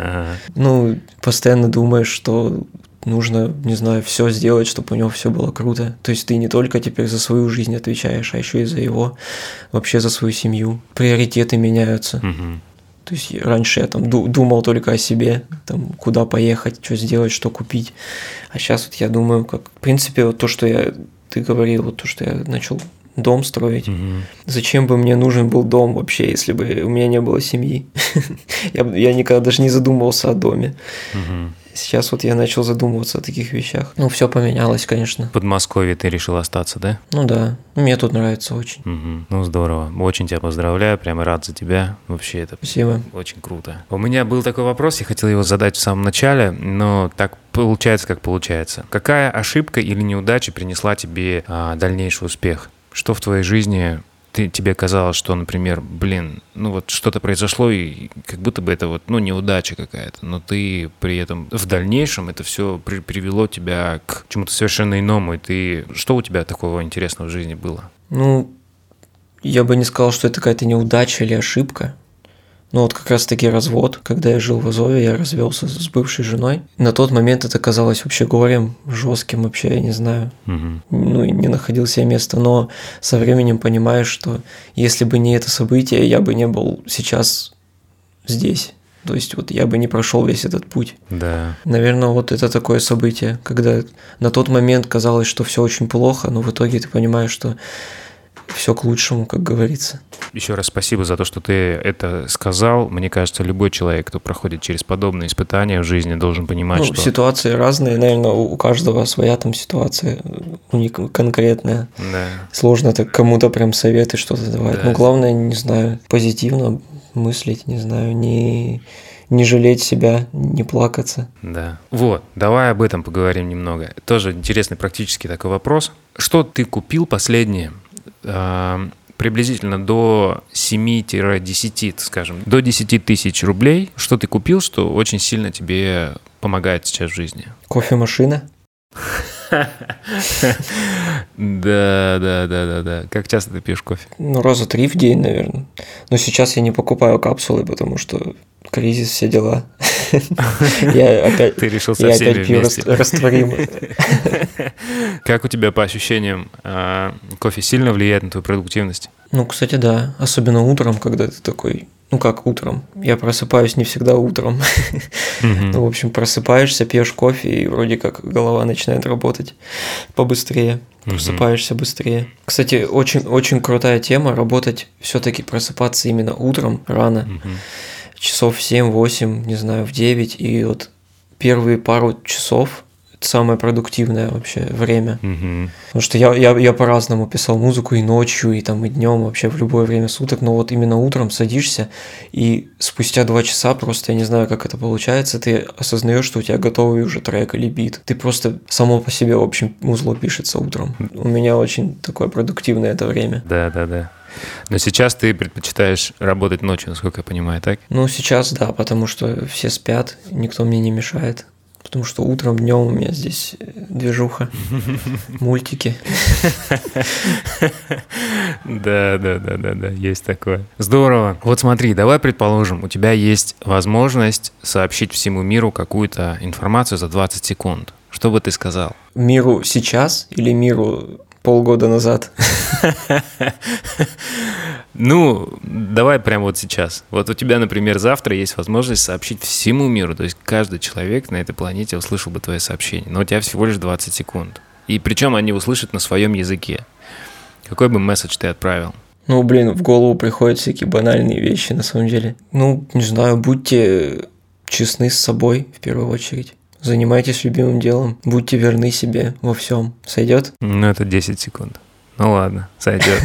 Постоянно думаешь, что нужно, не знаю, все сделать, чтобы у него все было круто. То есть ты не только теперь за свою жизнь отвечаешь, а еще и за его, вообще за свою семью. Приоритеты меняются. То есть раньше я там думал только о себе, там, куда поехать, что сделать, что купить. А сейчас вот я думаю, как, в принципе, вот то, что ты говорил, вот то, что я начал дом строить. Зачем бы мне нужен был дом вообще, если бы у меня не было семьи? Я никогда даже не задумывался о доме. Сейчас вот я начал задумываться о таких вещах. Все поменялось, конечно. В Подмосковье ты решил остаться, да? Да. Мне тут нравится очень. Здорово. Очень тебя поздравляю, прямо рад за тебя. Вообще это Спасибо. Очень круто. У меня был такой вопрос, я хотел его задать в самом начале, но так получается, как получается. Какая ошибка или неудача принесла тебе дальнейший успех? Что в твоей жизни тебе казалось, что, например, что-то произошло, и как будто бы это неудача какая-то, но ты при этом в дальнейшем это все привело тебя к чему-то совершенно иному, и что у тебя такого интересного в жизни было? Я бы не сказал, что это какая-то неудача или ошибка. Как раз-таки развод. Когда я жил в Азове, я развелся с бывшей женой. На тот момент это казалось вообще горем жестким, вообще, я не знаю. И не находил себе места. Но со временем понимаешь, что если бы не это событие, я бы не был сейчас здесь. То есть я бы не прошел весь этот путь. Да. Наверное, это такое событие, когда на тот момент казалось, что все очень плохо, но в итоге ты понимаешь, что все к лучшему, как говорится. Еще раз спасибо за то, что ты это сказал. Мне кажется, любой человек, кто проходит через подобные испытания в жизни, должен понимать, что... Ситуации разные, наверное, у каждого своя там ситуация конкретная. Да. Сложно так кому-то прям советы что-то давать. Да. Главное, не знаю, позитивно мыслить, не знаю, не жалеть себя, не плакаться. Да. Давай об этом поговорим немного. Тоже интересный практический такой вопрос. Что ты купил последнее? Приблизительно до 7-10, скажем, до 10 тысяч рублей. Что ты купил, что очень сильно тебе помогает сейчас в жизни? Кофемашина. Да. Как часто ты пьешь кофе? Ну, раза 3 в день, наверное. Но сейчас я не покупаю капсулы, потому что кризис, все дела. Ты решил со всеми пью вместе. растворимый. Как у тебя по ощущениям, кофе сильно влияет на твою продуктивность? Ну, кстати, да. Особенно утром, когда ты такой... Ну, как утром? Я просыпаюсь не всегда утром. Ну, в общем, просыпаешься, пьешь кофе, и вроде как голова начинает работать побыстрее. Просыпаешься быстрее. Кстати, очень крутая тема работать, все-таки просыпаться именно утром, рано. Часов в 7-8, не знаю, в 9. И вот первые пару часов это самое продуктивное вообще время. Потому что я по-разному писал музыку и ночью, и там и днем, вообще в любое время суток. Но вот именно утром садишься, и спустя 2 часа просто, я не знаю, как это получается, ты осознаешь, что у тебя готовый уже трек или бит. Ты просто само по себе, в общем, музло пишется утром. У меня очень такое продуктивное это время. Да. Но сейчас ты предпочитаешь работать ночью, насколько я понимаю, так? Ну, сейчас да, потому что все спят, никто мне не мешает. Потому что утром, днем у меня здесь движуха, мультики. Да, есть такое. Здорово. Вот смотри, давай предположим, у тебя есть возможность сообщить всему миру какую-то информацию за 20 секунд. Что бы ты сказал? Миру сейчас или миру полгода назад? Ну, давай прямо вот сейчас. Вот у тебя, например, завтра есть возможность сообщить всему миру. То есть каждый человек на этой планете услышал бы твое сообщение. Но у тебя всего лишь 20 секунд. И причем они услышат на своем языке. Какой бы месседж ты отправил? Ну, блин, в голову приходят всякие банальные вещи, на самом деле. Ну, не знаю, будьте честны с собой в первую очередь. Занимайтесь любимым делом. Будьте верны себе во всем. Сойдет? Ну, это 10 секунд. Ну ладно, сойдет.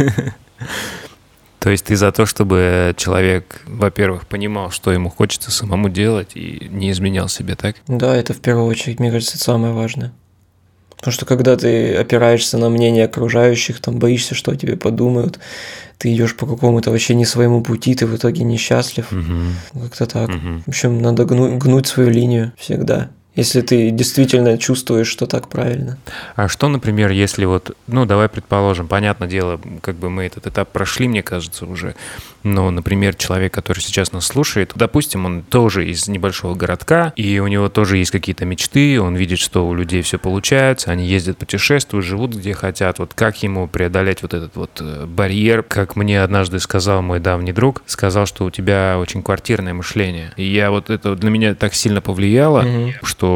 То есть ты за то, чтобы человек, во-первых, понимал, что ему хочется самому делать, и не изменял себе, так? Да, это в первую очередь, мне кажется, это самое важное. Потому что когда ты опираешься на мнение окружающих, там боишься, что о тебе подумают, ты идешь по какому-то вообще не своему пути, ты в итоге несчастлив. Как-то так. В общем, надо гнуть свою линию всегда. Если ты действительно чувствуешь, что так правильно. А что, например, если вот, ну, давай предположим, понятное дело, как бы мы этот этап прошли, мне кажется, уже, но, например, человек, который сейчас нас слушает, допустим, он тоже из небольшого городка, и у него тоже есть какие-то мечты, он видит, что у людей все получается, они ездят, путешествуют, живут где хотят, вот как ему преодолеть вот этот вот барьер, как мне однажды сказал мой давний друг, сказал, что у тебя очень квартирное мышление, и я вот это для меня так сильно повлияло, что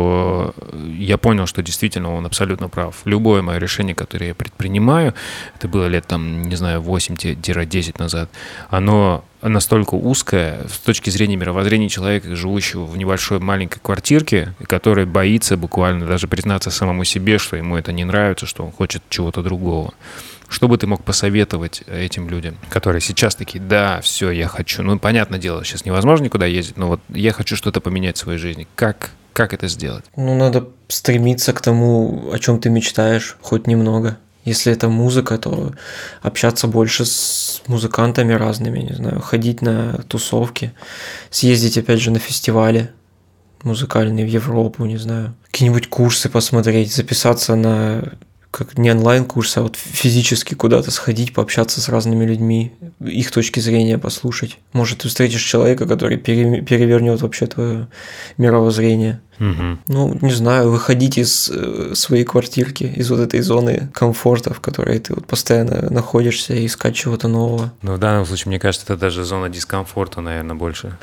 я понял, что действительно он абсолютно прав. Любое мое решение, которое я предпринимаю, это было лет, там, не знаю, 8-10 назад, оно настолько узкое с точки зрения мировоззрения человека, живущего в небольшой маленькой квартирке, который боится буквально даже признаться самому себе, что ему это не нравится, что он хочет чего-то другого. Что бы ты мог посоветовать этим людям, которые сейчас такие, да, все, я хочу. Ну, понятное дело, сейчас невозможно никуда ездить, но вот я хочу что-то поменять в своей жизни. Как это сделать? Ну, надо стремиться к тому, о чем ты мечтаешь, хоть немного. Если это музыка, то общаться больше с музыкантами разными, не знаю, ходить на тусовки, съездить, опять же, на фестивали музыкальные в Европу, не знаю, какие-нибудь курсы посмотреть, записаться на... как не онлайн-курс, а вот физически куда-то сходить, пообщаться с разными людьми, их точки зрения послушать. Может, ты встретишь человека, который перевернет вообще твое мировоззрение. Ну, не знаю, выходить из своей квартирки, из вот этой зоны комфорта, в которой ты вот постоянно находишься, и искать чего-то нового. Ну, в данном случае, мне кажется, это даже зона дискомфорта, наверное, больше.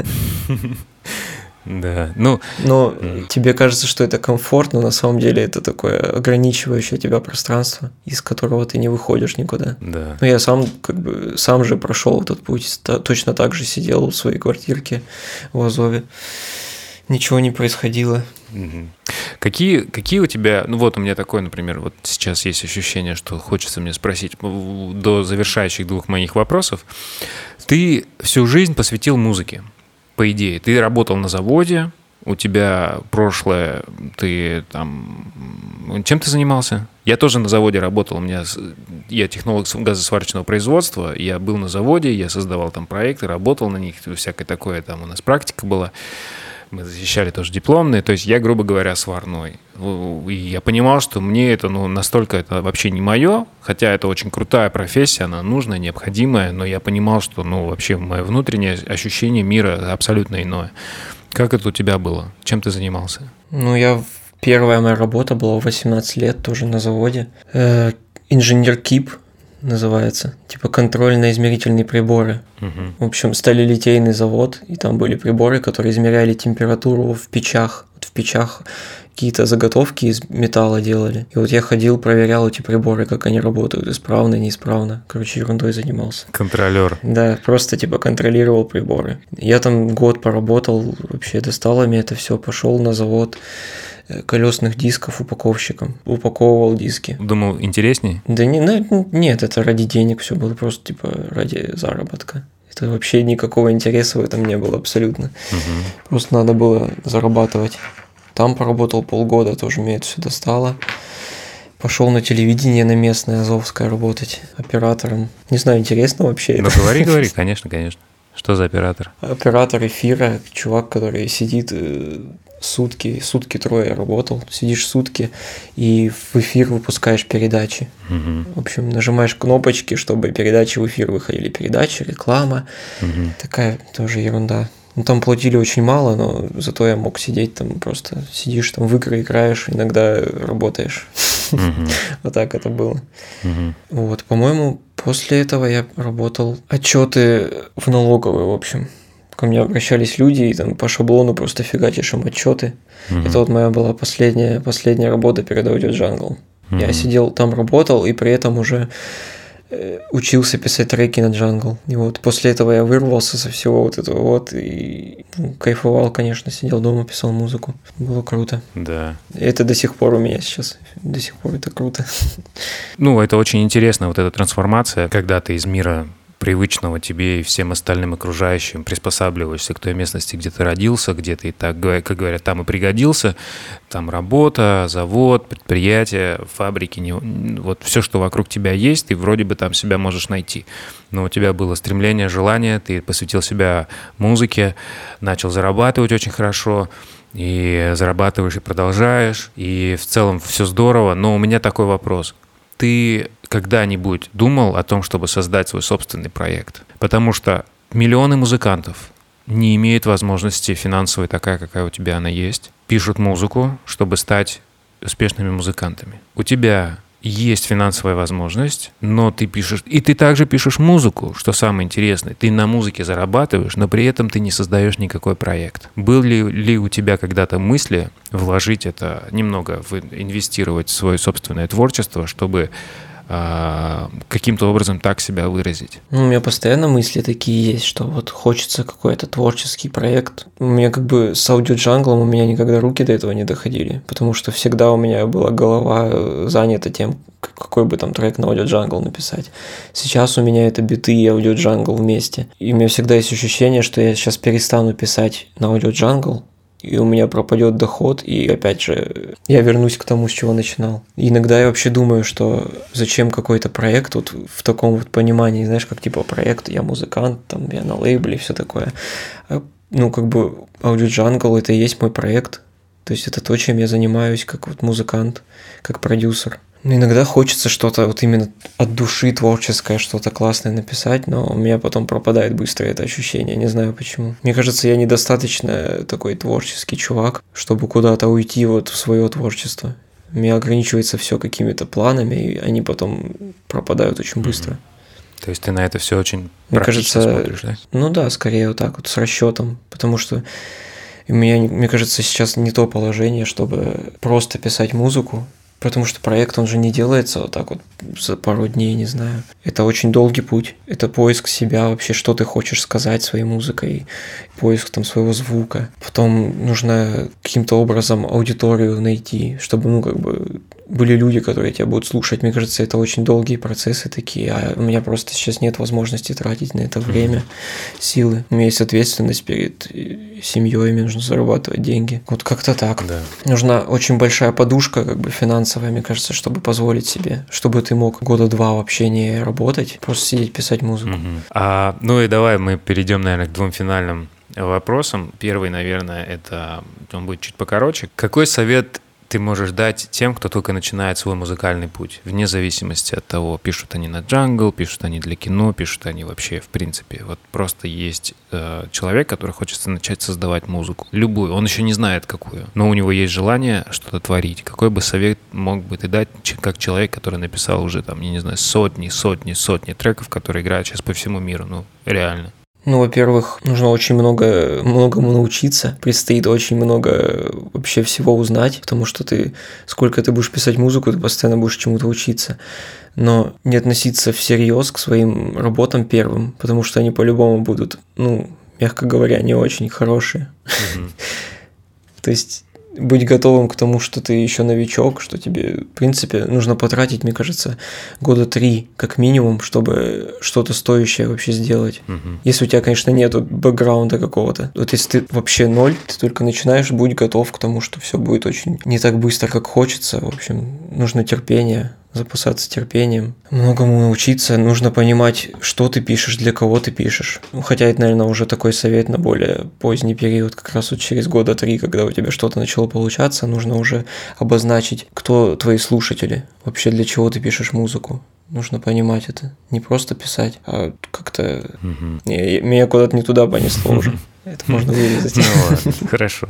Да, но тебе кажется, что это комфорт, но на самом деле это такое ограничивающее тебя пространство, из которого ты не выходишь никуда. Да. Ну, я сам же прошел этот путь, точно так же сидел в своей квартирке в Азове. Ничего не происходило. Какие у тебя, ну вот у меня такое, например, вот сейчас есть ощущение, что хочется мне спросить до завершающих 2 моих вопросов. Ты всю жизнь посвятил музыке. По идее, ты работал на заводе, у тебя прошлое, ты там... Чем ты занимался? Я тоже на заводе работал, я технолог газосварочного производства, я был на заводе, я создавал там проекты, работал на них, всякое такое, там у нас практика была. мы защищали тоже дипломные, то есть я, грубо говоря, сварной. И я понимал, что мне это, настолько это вообще не мое, хотя это очень крутая профессия, она нужная, необходимая, но я понимал, что, вообще мое внутреннее ощущение мира абсолютно иное. Как это у тебя было? Чем ты занимался? Первая моя работа была в 18 лет, тоже на заводе. Инженер КИП называется, типа контрольно-измерительные приборы. В общем, сталелитейный завод, и там были приборы, которые измеряли температуру в печах. В печах какие-то заготовки из металла делали. И вот я ходил, проверял эти приборы, как они работают, исправно, неисправно. Короче, ерундой занимался. Контролер. Да, просто типа контролировал приборы. Я там год поработал, вообще достало мне это все, пошел на завод колесных дисков упаковщиком, упаковывал диски. Думал, интересней? Да нет, это ради денег все было, просто типа ради заработка. Это вообще никакого интереса в этом не было абсолютно. Просто надо было зарабатывать. Там поработал полгода, тоже мне это все достало. Пошел на телевидение на местное Азовское работать оператором. Не знаю, интересно вообще это. Говори, конечно. Что за оператор? Оператор эфира, чувак, который сидит сутки трое работал. Сидишь сутки и в эфир выпускаешь передачи. В общем, нажимаешь кнопочки, чтобы передачи в эфир выходили. Передачи, реклама. Такая тоже ерунда. Там платили очень мало, но зато я мог сидеть там, просто сидишь там в игры играешь, иногда работаешь. Вот так это было. Вот, по-моему, после этого я работал отчеты в налоговой, в общем. Ко мне обращались люди, и там по шаблону просто фигачишь им отчеты. Это вот моя была последняя работа перед Audio Jungle. Я сидел там, работал, и при этом уже учился писать треки на Jungle. И вот после этого я вырвался со всего вот этого вот и кайфовал, конечно, сидел дома, писал музыку. Было круто. Да. Это до сих пор у меня сейчас. До сих пор это круто. Это очень интересно, вот эта трансформация, когда ты из мира привычного тебе и всем остальным окружающим приспосабливаешься к той местности, где ты родился, где ты, так, как говорят, там и пригодился, там работа, завод, предприятие, фабрики, вот все, что вокруг тебя есть, ты вроде бы там себя можешь найти. Но у тебя было стремление, желание, ты посвятил себя музыке, начал зарабатывать очень хорошо, и зарабатываешь, и продолжаешь, и в целом все здорово, но у меня такой вопрос. Ты когда-нибудь думал о том, чтобы создать свой собственный проект? Потому что миллионы музыкантов не имеют возможности финансовой такая, какая у тебя она есть, пишут музыку, чтобы стать успешными музыкантами. У тебя есть финансовая возможность, но ты пишешь, и ты также пишешь музыку, что самое интересное. Ты на музыке зарабатываешь, но при этом ты не создаешь никакой проект. Были ли у тебя когда-то мысли вложить это немного, инвестировать в свое собственное творчество, чтобы каким-то образом так себя выразить? У меня постоянно мысли такие есть, что вот хочется какой-то творческий проект. У меня как бы с Audio Jungle у меня никогда руки до этого не доходили, потому что всегда у меня была голова занята тем, какой бы там трек на Audio Jungle написать. Сейчас у меня это биты и Audio Jungle вместе. И у меня всегда есть ощущение, что я сейчас перестану писать на Audio Jungle, и у меня пропадет доход, и опять же я вернусь к тому, с чего начинал. И иногда я вообще думаю, что зачем какой-то проект вот в таком вот понимании, знаешь, как типа проект, я музыкант, там я на лейбле и все такое. Как бы Audio Jungle это и есть мой проект, то есть это то, чем я занимаюсь как вот музыкант, как продюсер. Иногда хочется что-то вот именно от души творческое, что-то классное написать, но у меня потом пропадает быстро это ощущение, не знаю почему. Мне кажется, я недостаточно такой творческий чувак, чтобы куда-то уйти вот в свое творчество. У меня ограничивается все какими-то планами, и они потом пропадают очень быстро. То есть ты на это все очень мне практично кажется, смотришь, да? Да, скорее вот так вот, с расчетом, потому что мне кажется, сейчас не то положение, чтобы просто писать музыку. Потому что проект, он же не делается вот так вот за пару дней, не знаю. Это очень долгий путь. Это поиск себя вообще, что ты хочешь сказать своей музыкой, поиск там своего звука. Потом нужно каким-то образом аудиторию найти, чтобы, были люди, которые тебя будут слушать. Мне кажется, это очень долгие процессы такие, а у меня просто сейчас нет возможности тратить на это время, силы. У меня есть ответственность перед семьей, мне нужно зарабатывать деньги. Вот как-то так. Да. Нужна очень большая подушка, финансовая, мне кажется, чтобы позволить себе, чтобы ты мог 2 года вообще не работать, просто сидеть, писать музыку. И давай мы перейдем, наверное, к 2 финальным вопросам. Первый, наверное, это он будет чуть покороче. Какой совет ты можешь дать тем, кто только начинает свой музыкальный путь, вне зависимости от того, пишут они на джангл, пишут они для кино, пишут они вообще в принципе. Вот просто есть человек, который хочет начать создавать музыку, любую, он еще не знает какую, но у него есть желание что-то творить. Какой бы совет мог бы ты дать, как человек, который написал уже там, я не знаю, сотни треков, которые играют сейчас по всему миру, ну реально. Ну, во-первых, нужно очень многому научиться, предстоит очень много вообще всего узнать, потому что сколько ты будешь писать музыку, ты постоянно будешь чему-то учиться. Но не относиться всерьез к своим работам первым, потому что они по-любому будут, ну, мягко говоря, не очень хорошие. То есть быть готовым к тому, что ты еще новичок, что тебе, в принципе, нужно потратить, мне кажется, 3 года как минимум, чтобы что-то стоящее вообще сделать. Если у тебя, конечно, нету бэкграунда какого-то. Вот если ты вообще ноль, ты только начинаешь, будь готов к тому, что все будет очень не так быстро, как хочется. В общем, нужно терпение, запасаться терпением, многому научиться, нужно понимать, что ты пишешь, для кого ты пишешь. Ну, хотя это, наверное, уже такой совет на более поздний период, как раз вот через 3 года, когда у тебя что-то начало получаться, нужно уже обозначить, кто твои слушатели, вообще для чего ты пишешь музыку. Нужно понимать это. Не просто писать, а как-то... Меня куда-то не туда понесло уже. Это можно вырезать. Ну ладно, хорошо.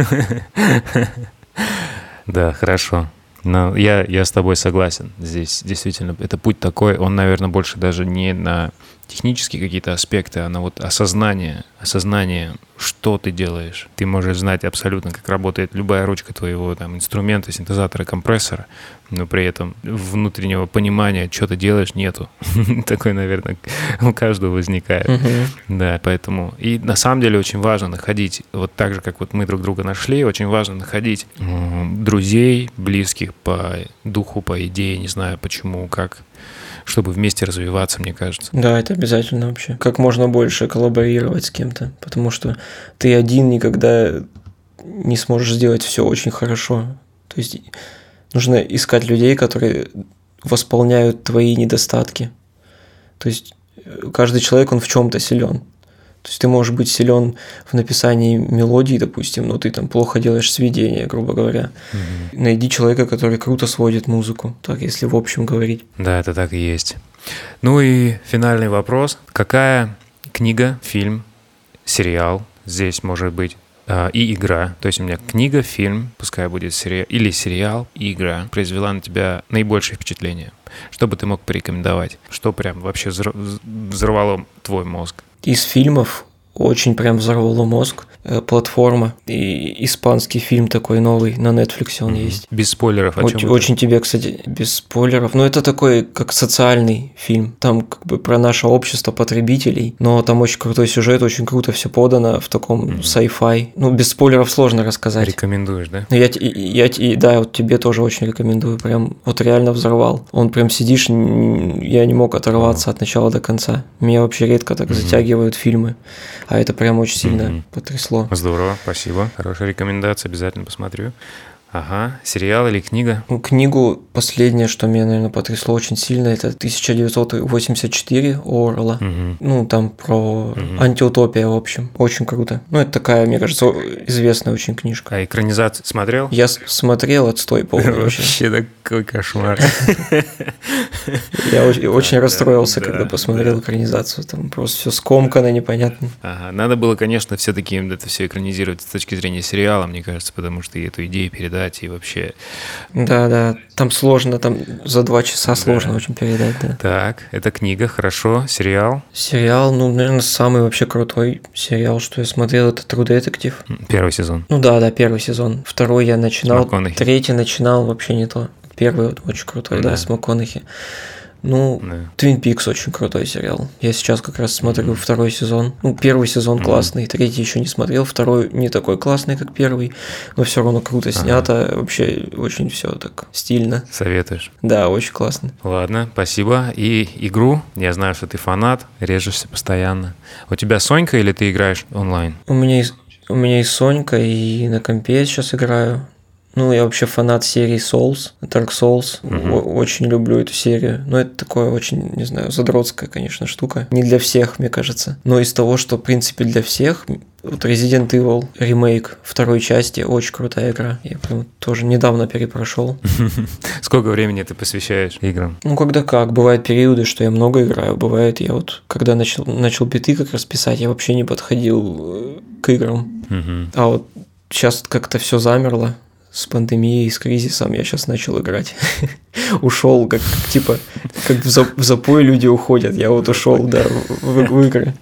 Да, хорошо. Но я с тобой согласен. Здесь действительно это путь такой, он, наверное, больше даже не на технические какие-то аспекты, а на вот осознание, что ты делаешь. Ты можешь знать абсолютно, как работает любая ручка твоего там, инструмента, синтезатора, компрессора, но при этом внутреннего понимания, что ты делаешь, нету. Такое, наверное, у каждого возникает. Да, поэтому... И на самом деле очень важно находить, вот так же, как вот мы друг друга нашли, очень важно находить друзей, близких по духу, по идее, не знаю почему, как, чтобы вместе развиваться, мне кажется. Да, это обязательно вообще. Как можно больше коллаборировать с кем-то, потому что ты один никогда не сможешь сделать все очень хорошо. То есть нужно искать людей, которые восполняют твои недостатки. То есть каждый человек, он в чем-то силен. То есть ты можешь быть силен в написании мелодий, допустим, но ты там плохо делаешь сведения, грубо говоря. Найди человека, который круто сводит музыку, так если в общем говорить. Да, это так и есть. Ну и финальный вопрос. Какая книга, фильм, сериал, здесь может быть и игра, то есть у меня книга, фильм, пускай будет сериал, или сериал и игра, произвела на тебя наибольшее впечатление? Что бы ты мог порекомендовать? Что прям вообще взорвало твой мозг? Из фильмов очень прям взорвало мозг. Платформа и испанский фильм такой новый, на Netflix он есть. Без спойлеров, о чем Очень тебе, кстати, без спойлеров. Но это такой, как социальный фильм. Там как бы про наше общество потребителей, но там очень крутой сюжет, очень круто все подано в таком sci-fi. Ну, без спойлеров сложно рассказать. Рекомендуешь, да? Ну, да, вот тебе тоже очень рекомендую. Прям вот реально взорвал. Он прям сидишь, я не мог оторваться от начала до конца. Меня вообще редко так затягивают фильмы. А это прям очень сильно потрясло. Здорово, спасибо. Хорошая рекомендация, обязательно посмотрю. Ага, сериал или книга? Ну, книгу последнее, что меня, наверное, потрясло очень сильно, это 1984 Оруэлла. Ну, там про антиутопия, в общем. Очень круто. Ну, это такая, мне кажется, известная очень книжка. А экранизацию смотрел? Я смотрел, отстой полный вообще. Вообще такой кошмар. Я очень расстроился, когда посмотрел экранизацию. Там просто все скомкано, непонятно. Ага, надо было, конечно, все-таки это все экранизировать с точки зрения сериала, мне кажется, потому что и эту идею передать, и вообще... Да, там сложно, там за 2 часа сложно очень передать, да. Так, это книга, хорошо, сериал? Сериал, ну, наверное, самый вообще крутой сериал, что я смотрел, это True Detective. 1 сезон. Ну да, 1 сезон. 2 я начинал, 3 начинал, вообще не то. 1 очень крутой, да, с МакКонахи. Ну, Twin Peaks очень крутой сериал. Я сейчас как раз смотрю 2 сезон. Ну, 1 сезон классный, 3 еще не смотрел, 2 не такой классный, как 1, но все равно круто снято. Вообще очень все так стильно. Советуешь? Да, очень классно. Ладно, спасибо. И игру? Я знаю, что ты фанат, режешься постоянно. У тебя Сонька или ты играешь онлайн? У меня и Сонька, и на компе сейчас играю. Ну, я вообще фанат серии Souls, Dark Souls. Очень люблю эту серию. Но это такое очень, не знаю, задротская, конечно, штука. Не для всех, мне кажется. Но из того, что, в принципе, для всех, вот Resident Evil ремейк второй части, очень крутая игра. Я прям тоже недавно перепрошел. Сколько времени ты посвящаешь играм? Ну, когда как. Бывают периоды, что я много играю. Бывает, я вот, когда начал биты как раз писать, я вообще не подходил к играм. А вот сейчас как-то все замерло. С пандемией, с кризисом я сейчас начал играть. Ушел, как в запой люди уходят. Я вот ушел, да, в игры.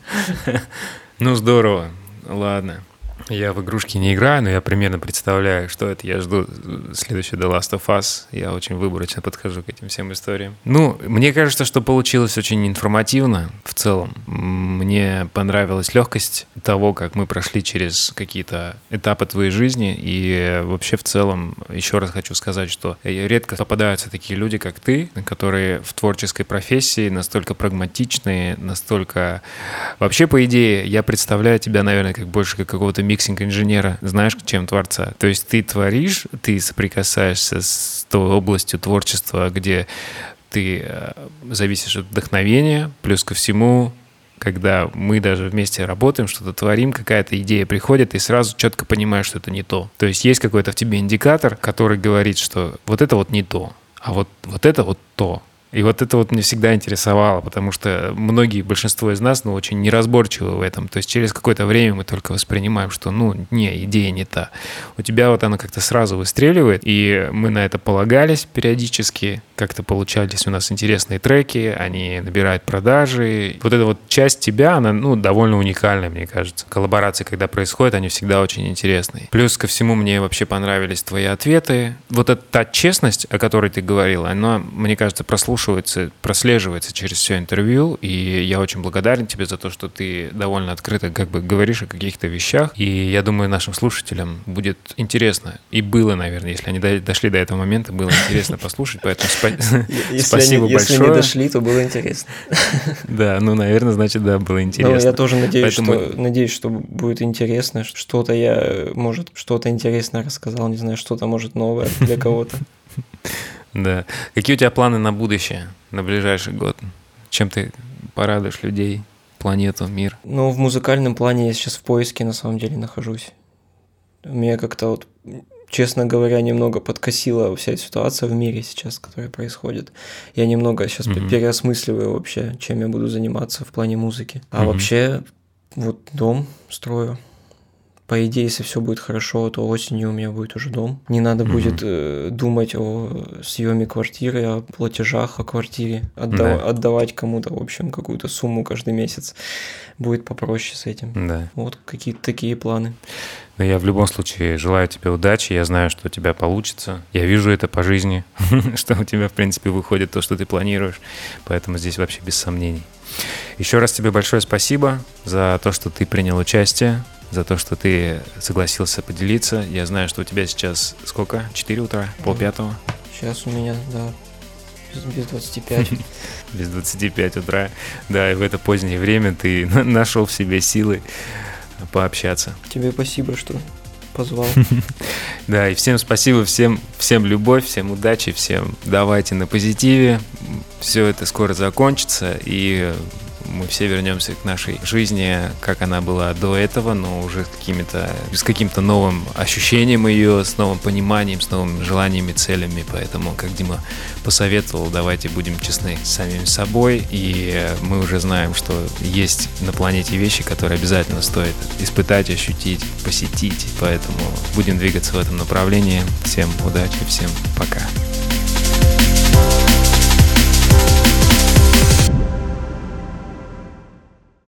Ну, здорово. Ладно. Я в игрушки не играю, но я примерно представляю, что это. Я жду следующий The Last of Us. Я очень выборочно подхожу к этим всем историям. Ну, мне кажется, что получилось очень информативно в целом. Мне понравилась легкость того, как мы прошли через какие-то этапы твоей жизни. И вообще в целом еще раз хочу сказать, что редко попадаются такие люди, как ты, которые в творческой профессии настолько прагматичные, настолько... Вообще, по идее, я представляю тебя, наверное, как больше как какого-то миксинг-инженера, знаешь, чем творца. То есть ты творишь, ты соприкасаешься с той областью творчества, где ты зависишь от вдохновения, плюс ко всему, когда мы даже вместе работаем, что-то творим, какая-то идея приходит, и сразу четко понимаешь, что это не то. То есть есть какой-то в тебе индикатор, который говорит, что вот это вот не то, а вот это вот то. И вот это вот меня всегда интересовало, потому что большинство из нас, очень неразборчивы в этом. То есть через какое-то время мы только воспринимаем, что, идея не та. У тебя вот она как-то сразу выстреливает, и мы на это полагались периодически. Как-то получались у нас интересные треки, они набирают продажи. Вот эта вот часть тебя, она, довольно уникальная, мне кажется. Коллаборации, когда происходят, они всегда очень интересные. Плюс ко всему мне вообще понравились твои ответы. Вот эта та честность, о которой ты говорил, она, мне кажется, прослеживается через все интервью, и я очень благодарен тебе за то, что ты довольно открыто говоришь о каких-то вещах, и я думаю, нашим слушателям будет интересно, и было, наверное, если они дошли до этого момента, было интересно послушать, поэтому спасибо большое. Если не дошли, то было интересно. Да, наверное, значит, да, было интересно. Я тоже надеюсь, что будет интересно, что-то интересное рассказал, не знаю, что-то, может, новое для кого-то. Да. Какие у тебя планы на будущее, на ближайший год? Чем ты порадуешь людей, планету, мир? В музыкальном плане я сейчас в поиске, на самом деле, нахожусь. Меня как-то честно говоря, немного подкосила вся эта ситуация в мире сейчас, которая происходит. Я немного сейчас переосмысливаю вообще, чем я буду заниматься в плане музыки. А вообще, дом строю. По идее, если все будет хорошо, то осенью у меня будет уже дом. Не надо будет думать о съеме квартиры, о платежах о квартире, отдавать кому-то, в общем, какую-то сумму каждый месяц. Будет попроще с этим. Да. Вот какие-то такие планы. Но я в любом случае желаю тебе удачи. Я знаю, что у тебя получится. Я вижу это по жизни, что у тебя, в принципе, выходит то, что ты планируешь. Поэтому здесь вообще без сомнений. Еще раз тебе большое спасибо за то, что ты принял участие, за то, что ты согласился поделиться. Я знаю, что у тебя сейчас сколько? 4 утра? 4:30? Сейчас у меня, да, без 25. Без 25 утра. Да, и в это позднее время ты нашел в себе силы пообщаться. Тебе спасибо, что позвал. Да, и всем спасибо, всем любовь, всем удачи, всем давайте на позитиве. Все это скоро закончится, и мы все вернемся к нашей жизни, как она была до этого, но уже с каким-то новым ощущением ее, с новым пониманием, с новыми желаниями, целями. Поэтому, как Дима посоветовал, давайте будем честны с самим собой. И мы уже знаем, что есть на планете вещи, которые обязательно стоит испытать, ощутить, посетить. Поэтому будем двигаться в этом направлении. Всем удачи, всем пока.